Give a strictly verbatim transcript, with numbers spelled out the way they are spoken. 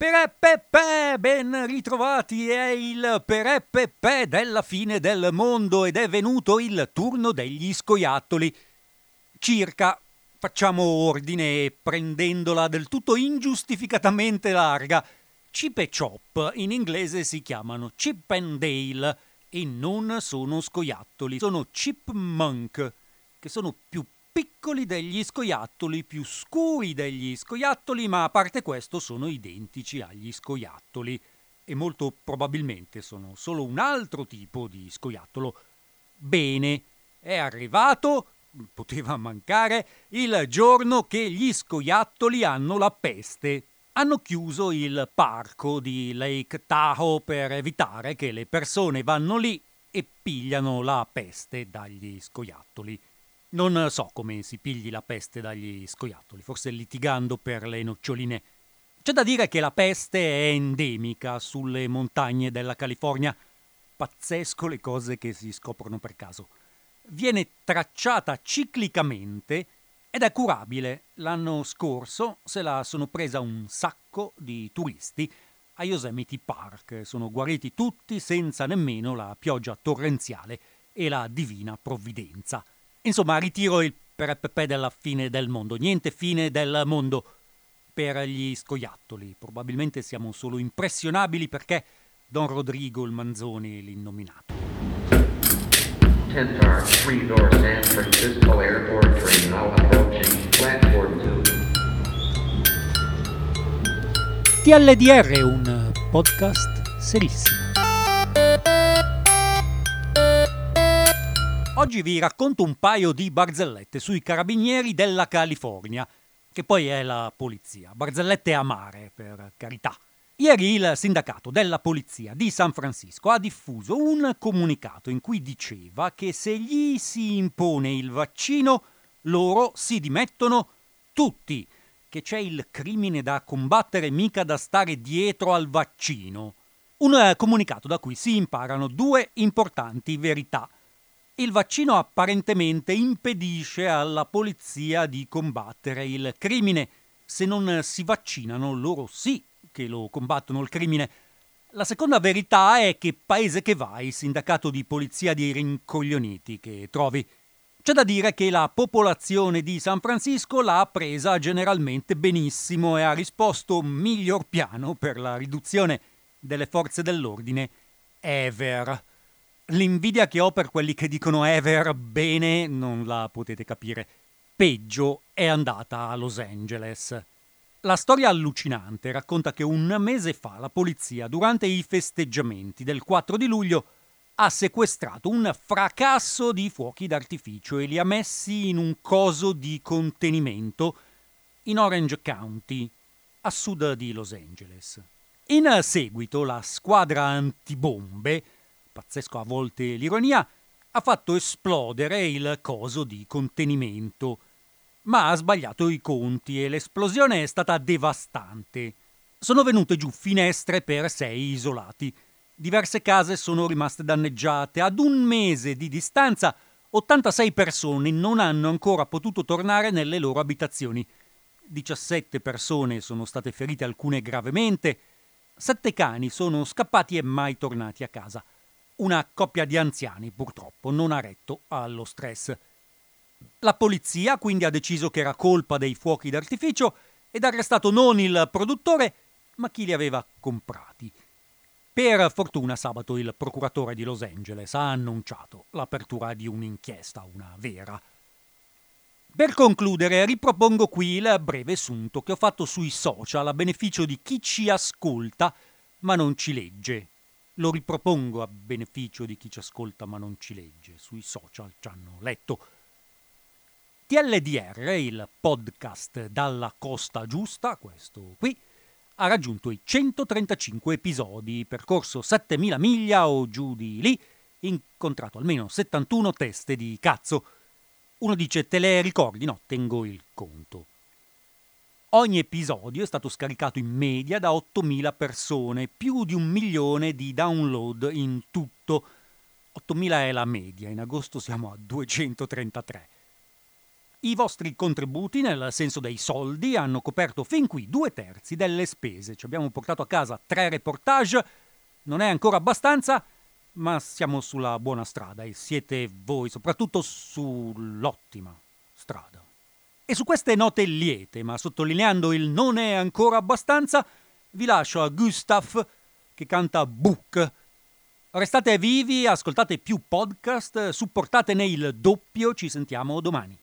Perepepe, ben ritrovati, è il Perepepe della fine del mondo ed è venuto il turno degli scoiattoli. Circa, facciamo ordine e prendendola del tutto ingiustificatamente larga, Chip e Chop in inglese si chiamano Chip and Dale e non sono scoiattoli, sono chipmunk, che sono più piccoli degli scoiattoli, più scuri degli scoiattoli, ma a parte questo sono identici agli scoiattoli e molto probabilmente sono solo un altro tipo di scoiattolo. Bene, è arrivato, poteva mancare, il giorno che gli scoiattoli hanno la peste. Hanno chiuso il parco di Lake Tahoe per evitare che le persone vanno lì e pigliano la peste dagli scoiattoli. Non so come si pigli la peste dagli scoiattoli, forse litigando per le noccioline. C'è da dire che la peste è endemica sulle montagne della California. Pazzesco le cose che si scoprono per caso. Viene tracciata ciclicamente ed è curabile. L'anno scorso se la sono presa un sacco di turisti a Yosemite Park. Sono guariti tutti senza nemmeno la pioggia torrenziale e la divina provvidenza. Insomma, ritiro il perepepe della fine del mondo. Niente fine del mondo per gli scoiattoli. Probabilmente siamo solo impressionabili perché Don Rodrigo il Manzoni l'innominato. ten car, three door San Francisco Airport train now approaching platform two. T L D R è un podcast serissimo. Oggi vi racconto un paio di barzellette sui carabinieri della California, che poi è la polizia. Barzellette amare, per carità. Ieri il sindacato della polizia di San Francisco ha diffuso un comunicato in cui diceva che se gli si impone il vaccino, loro si dimettono tutti, che c'è il crimine da combattere, mica da stare dietro al vaccino. Un comunicato da cui si imparano due importanti verità. Il vaccino apparentemente impedisce alla polizia di combattere il crimine. Se non si vaccinano, loro sì che lo combattono il crimine. La seconda verità è che paese che vai, sindacato di polizia di rincoglioniti che trovi. C'è da dire che la popolazione di San Francisco l'ha presa generalmente benissimo e ha risposto miglior piano per la riduzione delle forze dell'ordine ever. L'invidia che ho per quelli che dicono ever bene non la potete capire. Peggio è andata a Los Angeles. La storia allucinante racconta che un mese fa la polizia, durante i festeggiamenti del quattro di luglio, ha sequestrato un fracasso di fuochi d'artificio e li ha messi in un coso di contenimento in Orange County, a sud di Los Angeles. In seguito la squadra antibombe, pazzesco a volte l'ironia, ha fatto esplodere il coso di contenimento, ma ha sbagliato i conti e l'esplosione è stata devastante. Sono venute giù finestre per sei isolati. Diverse case sono rimaste danneggiate. Ad un mese di distanza, ottantasei persone non hanno ancora potuto tornare nelle loro abitazioni. diciassette persone sono state ferite, alcune gravemente. Sette cani sono scappati e mai tornati a casa. Una coppia di anziani, purtroppo, non ha retto allo stress. La polizia quindi ha deciso che era colpa dei fuochi d'artificio ed ha arrestato non il produttore, ma chi li aveva comprati. Per fortuna sabato il procuratore di Los Angeles ha annunciato l'apertura di un'inchiesta, una vera. Per concludere, ripropongo qui il breve sunto che ho fatto sui social a beneficio di chi ci ascolta ma non ci legge. Lo ripropongo a beneficio di chi ci ascolta ma non ci legge. Sui social ci hanno letto. T L D R, il podcast dalla Costa Giusta, questo qui, ha raggiunto i centotrentacinque episodi, percorso settemila miglia o giù di lì, incontrato almeno settantuno teste di cazzo. Uno dice, te le ricordi? No, tengo il conto. Ogni episodio è stato scaricato in media da ottomila persone, più di un milione di download in tutto. ottomila è la media, in agosto siamo a duecentotrentatré. I vostri contributi, nel senso dei soldi, hanno coperto fin qui due terzi delle spese. Ci abbiamo portato a casa tre reportage, non è ancora abbastanza, ma siamo sulla buona strada e siete voi soprattutto sull'ottima strada. E su queste note liete, ma sottolineando il non è ancora abbastanza, vi lascio a Gustav che canta Book. Restate vivi, ascoltate più podcast, supportatene il doppio, ci sentiamo domani.